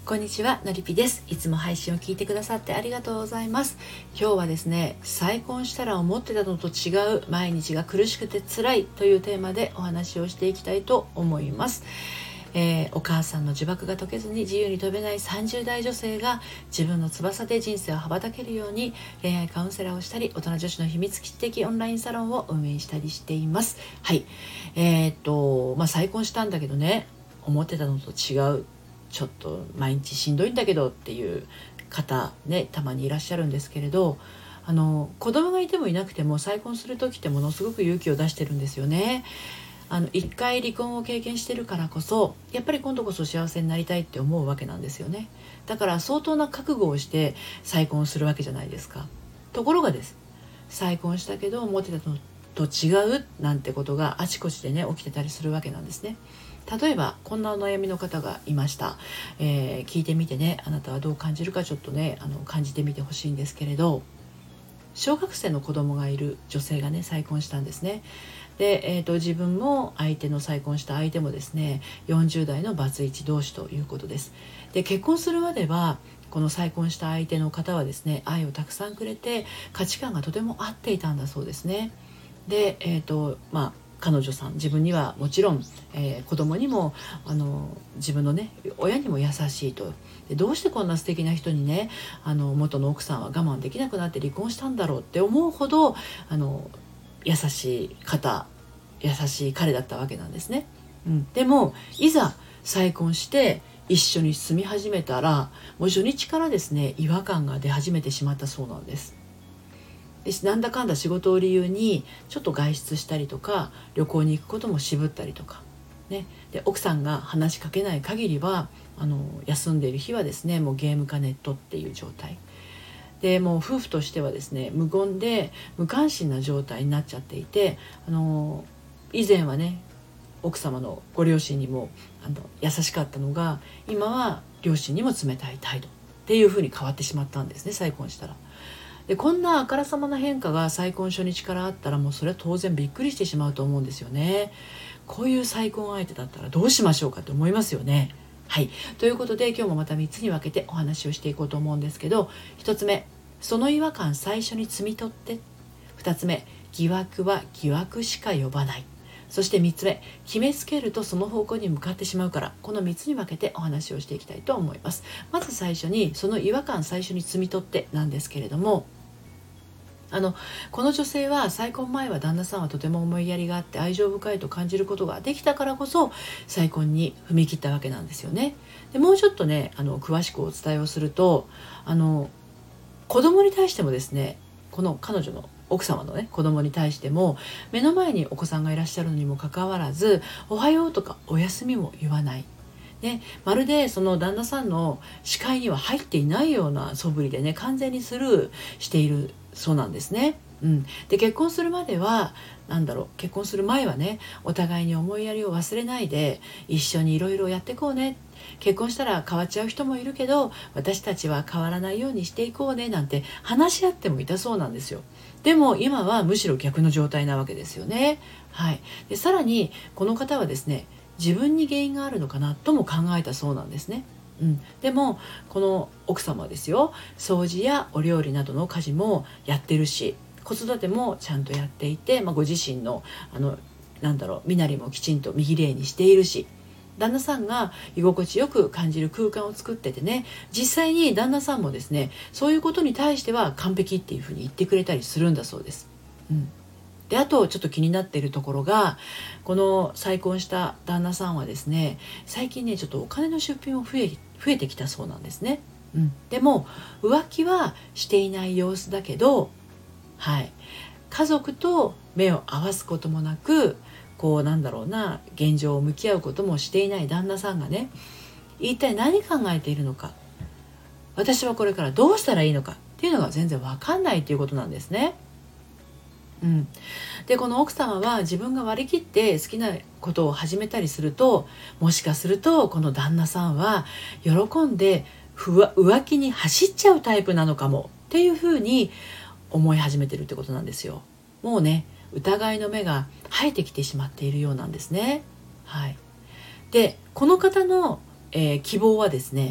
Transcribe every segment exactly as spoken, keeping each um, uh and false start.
こんにちは、のりぴです。いつも配信を聞いてくださってありがとうございます。今日はですね、再婚したら思ってたのと違う毎日が苦しくて辛いというテーマでお話をしていきたいと思います。えー、お母さんの呪縛が解けずに自由に飛べないさんじゅう代女性が自分の翼で人生を羽ばたけるように恋愛カウンセラーをしたり、大人女子の秘密基地的オンラインサロンを運営したりしています。はい、えー、っとまあ再婚したんだけどね、思ってたのと違う、ちょっと毎日しんどいんだけどっていう方ね、たまにいらっしゃるんですけれど、あの子供がいてもいなくても再婚する時ってものすごく勇気を出してるんですよね。あの一回離婚を経験してるからこそ、やっぱり今度こそ幸せになりたいって思うわけなんですよね。だから相当な覚悟をして再婚するわけじゃないですか。ところがです、再婚したけど思ってたのと違うなんてことがあちこちでね起きてたりするわけなんですね。例えばこんなお悩みの方がいました。えー、聞いてみてね、あなたはどう感じるかちょっとねあの感じてみてほしいんですけれど、小学生の子供がいる女性がね再婚したんですね。で、えーと、自分も相手の再婚した相手もですねよんじゅう代のバツイチ同士ということです。で、結婚するまではこの再婚した相手の方はですね愛をたくさんくれて価値観がとても合っていたんだそうですね。で、えーとまあ彼女さん、自分にはもちろん、えー、子供にもあの自分のね親にも優しいと。で、どうしてこんな素敵な人にねあの元の奥さんは我慢できなくなって離婚したんだろうって思うほどあの優しい方、優しい彼だったわけなんですね。うん、でもいざ再婚して一緒に住み始めたら、もう初日からですね違和感が出始めてしまったそうなんです。で、なんだかんだ仕事を理由にちょっと外出したりとか旅行に行くことも渋ったりとか、ね、で奥さんが話しかけない限りはあの休んでいる日はですねもうゲームかネットっていう状態で、もう夫婦としてはですね無言で無関心な状態になっちゃっていて、あの以前はね奥様のご両親にもあの優しかったのが、今は両親にも冷たい態度っていう風に変わってしまったんですね、再婚したら。で、こんなあからさまな変化が再婚初日からあったら、もうそれは当然びっくりしてしまうと思うんですよね。こういう再婚相手だったらどうしましょうかと思いますよね。はい、ということで今日もまたみっつに分けてお話をしていこうと思うんですけど、ひとつめ、その違和感最初に摘み取って。ふたつめ、疑惑は疑惑しか呼ばない。そしてみっつめ、決めつけるとその方向に向かってしまうから。このみっつに分けてお話をしていきたいと思います。まず最初に、その違和感最初に摘み取ってなんですけれども、あのこの女性は再婚前は旦那さんはとても思いやりがあって愛情深いと感じることができたからこそ再婚に踏み切ったわけなんですよね。で、もうちょっとねあの詳しくお伝えをすると、あの子供に対してもですね、この彼女の奥様のね子供に対しても目の前にお子さんがいらっしゃるのにもかかわらず、おはようとかおやすみも言わない。ね、まるでその旦那さんの視界には入っていないような素振りでね完全にスルーしているそうなんですね。うん、で、結婚するまではなんだろう結婚する前はねお互いに思いやりを忘れないで一緒にいろいろやっていこうね、結婚したら変わっちゃう人もいるけど私たちは変わらないようにしていこうねなんて話し合ってもいたそうなんですよ。でも今はむしろ逆の状態なわけですよね。はい、でさらにこの方はですね自分に原因があるのかなとも考えたそうなんですね。うん、でもこの奥様はですよ、掃除やお料理などの家事もやってるし子育てもちゃんとやっていて、まあ、ご自身のあのなんだろう身なりもきちんと身綺麗にしているし、旦那さんが居心地よく感じる空間を作っててね、実際に旦那さんもですねそういうことに対しては完璧っていうふうに言ってくれたりするんだそうです。うん、で、あとちょっと気になっているところが、この再婚した旦那さんはですね最近ねちょっとお金の出費も増え増えてきたそうなんですね。うん、でも浮気はしていない様子だけど、はい、家族と目を合わすこともなくこうなんだろうな現状を向き合うこともしていない旦那さんがね、一体何考えているのか、私はこれからどうしたらいいのかっていうのが全然わかんないということなんですね。うん、でこの奥様は自分が割り切って好きなことを始めたりすると、もしかするとこの旦那さんは喜んでふわ浮気に走っちゃうタイプなのかもっていうふうに思い始めてるってことなんですよ。もうね疑いの目が生えてきてしまっているようなんですね。はい、でこの方の、えー希望はですね、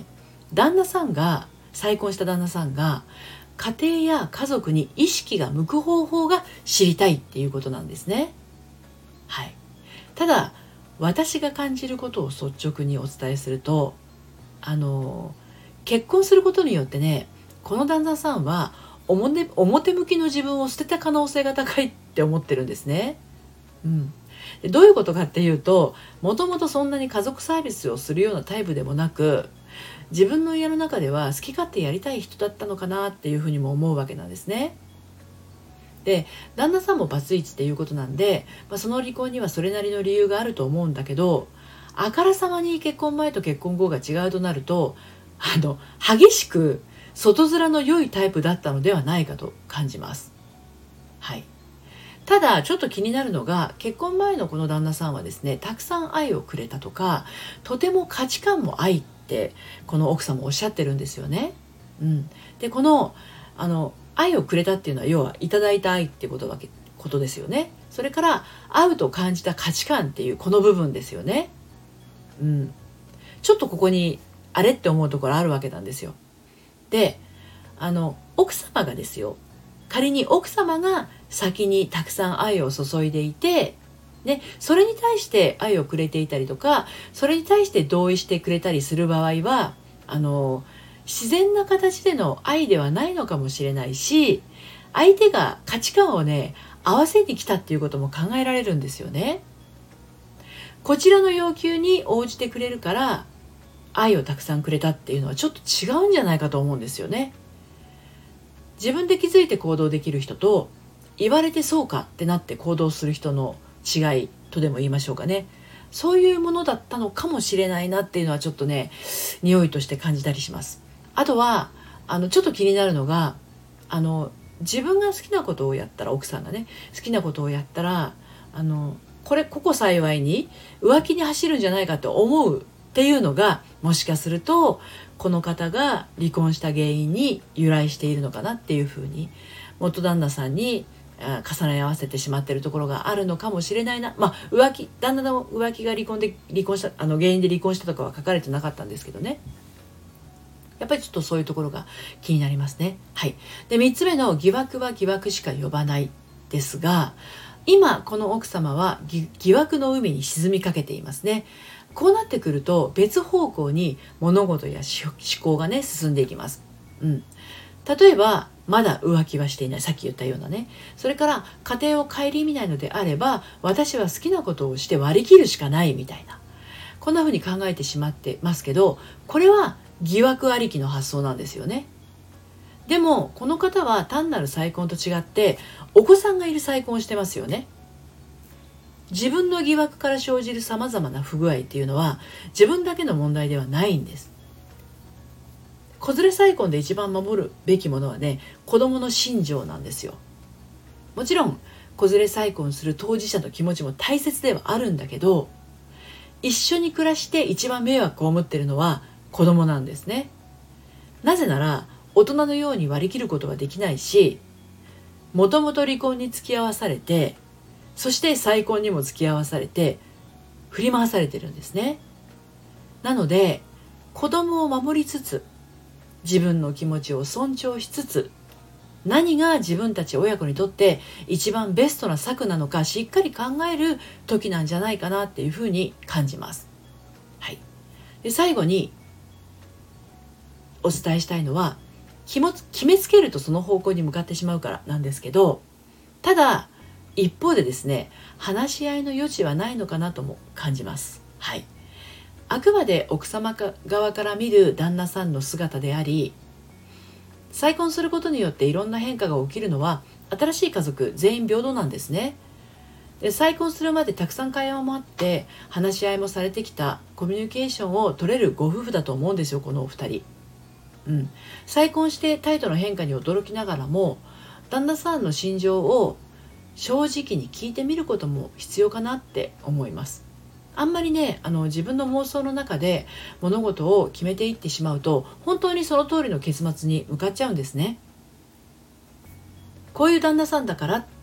旦那さんが再婚した旦那さんが家庭や家族に意識が向く方法が知りたいっていうことなんですね。はい、ただ私が感じることを率直にお伝えすると、あの結婚することによってね、この旦那さんは表、表向きの自分を捨てた可能性が高いって思ってるんですね。うん、でどういうことかっていうと、もともとそんなに家族サービスをするようなタイプでもなく、自分の家の中では好き勝手やりたい人だったのかなっていうふうにも思うわけなんですね。で旦那さんもバツイチっていうことなんで、まあ、その離婚にはそれなりの理由があると思うんだけど、あからさまに結婚前と結婚後が違うとなると、あの激しく外面の良いタイプだったのではないかと感じます。はい、ただちょっと気になるのが、結婚前のこの旦那さんはですね、たくさん愛をくれたとか、とても価値観も愛ってこの奥さんもおっしゃってるんですよね。うん、でこのあの愛をくれたっていうのは、要はいただいた愛っていうことわけことですよね。それから合うと感じた価値観っていうこの部分ですよね。うん、ちょっとここにあれって思うところあるわけなんですよ。であの奥様がですよ、仮に奥様が先にたくさん愛を注いでいて、でそれに対して愛をくれていたりとか、それに対して同意してくれたりする場合は、あの自然な形での愛ではないのかもしれないし、相手が価値観をね合わせに来たっていうことも考えられるんですよね。こちらの要求に応じてくれるから愛をたくさんくれたっていうのはちょっと違うんじゃないかと思うんですよね。自分で気づいて行動できる人と、言われてそうかってなって行動する人の違いとでも言いましょうかね。そういうものだったのかもしれないなっていうのはちょっとね、匂いとして感じたりします。あとはあのちょっと気になるのが、あの自分が好きなことをやったら、奥さんがね好きなことをやったら、あのこれここ幸いに浮気に走るんじゃないかと思うっていうのが、もしかするとこの方が離婚した原因に由来しているのかなっていうふうに、元旦那さんに重ね合わせてしまっているところがあるのかもしれないな。まあ浮気、旦那の浮気が離婚で離婚したあの原因で離婚したとかは書かれてなかったんですけどね、やっぱりちょっとそういうところが気になりますね。はい。でみっつめの疑惑は疑惑しか呼ばないですが、今この奥様は疑惑の海に沈みかけていますね。こうなってくると別方向に物事や思考がね進んでいきます。うん、例えばまだ浮気はしていない、さっき言ったようなね。それから家庭を顧みないのであれば、私は好きなことをして割り切るしかないみたいな、こんな風に考えてしまってますけど、これは疑惑ありきの発想なんですよね。でもこの方は単なる再婚と違ってお子さんがいる再婚をしてますよね。自分の疑惑から生じるさまざまな不具合っていうのは自分だけの問題ではないんです。子連れ再婚で一番守るべきものはね、子供の心情なんですよ。もちろん子連れ再婚する当事者の気持ちも大切ではあるんだけど、一緒に暮らして一番迷惑を被っているのは子供なんですね。なぜなら大人のように割り切ることはできないし、もともと離婚に付き合わされて、そして再婚にも付き合わされて振り回されてるんですね。なので子供を守りつつ、自分の気持ちを尊重しつつ、何が自分たち親子にとって一番ベストな策なのかしっかり考える時なんじゃないかなっていうふうに感じます。はい。で最後にお伝えしたいのは、決めつけるとその方向に向かってしまうからなんですけど、ただ一方でですね、話し合いの余地はないのかなとも感じます。はい。あくまで奥様側から見る旦那さんの姿であり、再婚することによっていろんな変化が起きるのは新しい家族全員平等なんですね。で再婚するまでたくさん会話もあって話し合いもされてきたコミュニケーションを取れるご夫婦だと思うんですよ、このお二人。うん、再婚して態度の変化に驚きながらも旦那さんの心情を正直に聞いてみることも必要かなって思います。あんまりね、あの自分の妄想の中で物事を決めていってしまうと本当にその通りの結末に向かっちゃうんですね。こういう旦那さんだからっ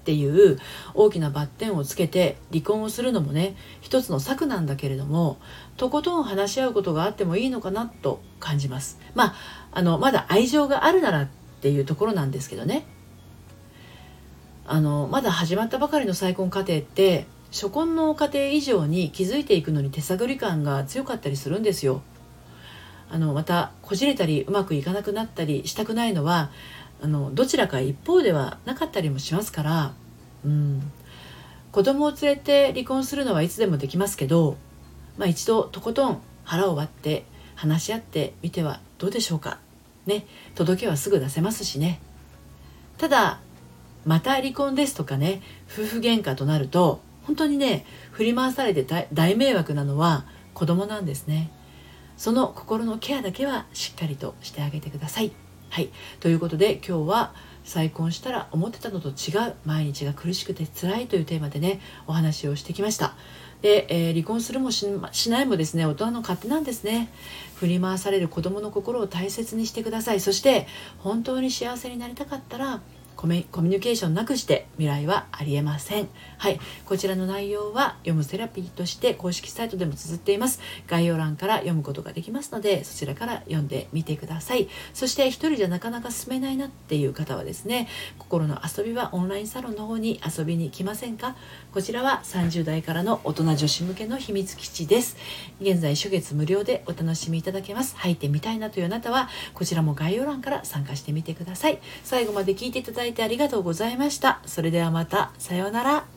っていう大きなバッテンをつけて離婚をするのもね、一つの策なんだけれども、とことん話し合うことがあってもいいのかなと感じます。まあ、あのまだ愛情があるならっていうところなんですけどね。あのまだ始まったばかりの再婚家庭って初婚の家庭以上に築いていくのに手探り感が強かったりするんですよ。あのまたこじれたりうまくいかなくなったりしたくないのはあのどちらか一方ではなかったりもしますから、うん、子供を連れて離婚するのはいつでもできますけど、まあ、一度とことん腹を割って話し合ってみてはどうでしょうかね。届けはすぐ出せますしね。ただまた離婚ですとかね、夫婦喧嘩となると本当にね、振り回されて大大迷惑なのは子供なんですね。その心のケアだけはしっかりとしてあげてください。はい、ということで今日は再婚したら思ってたのと違う毎日が苦しくて辛いというテーマでねお話をしてきました。で、えー、離婚するも し, しないもですね、大人の勝手なんですね。振り回される子供の心を大切にしてください。そして本当に幸せになりたかったらコミュニケーションなくして未来はありえません。はい、こちらの内容は読むセラピーとして公式サイトでも綴っています。概要欄から読むことができますので、そちらから読んでみてください。そして一人じゃなかなか進めないなっていう方はですね、心の遊びはオンラインサロンの方に遊びに来ませんか。こちらはさんじゅう代からの大人女子向けの秘密基地です。現在初月無料でお楽しみいただけます。入ってみたいなというあなたはこちらも概要欄から参加してみてください。最後まで聞いていただいてありがとうございました。それではまた、さようなら。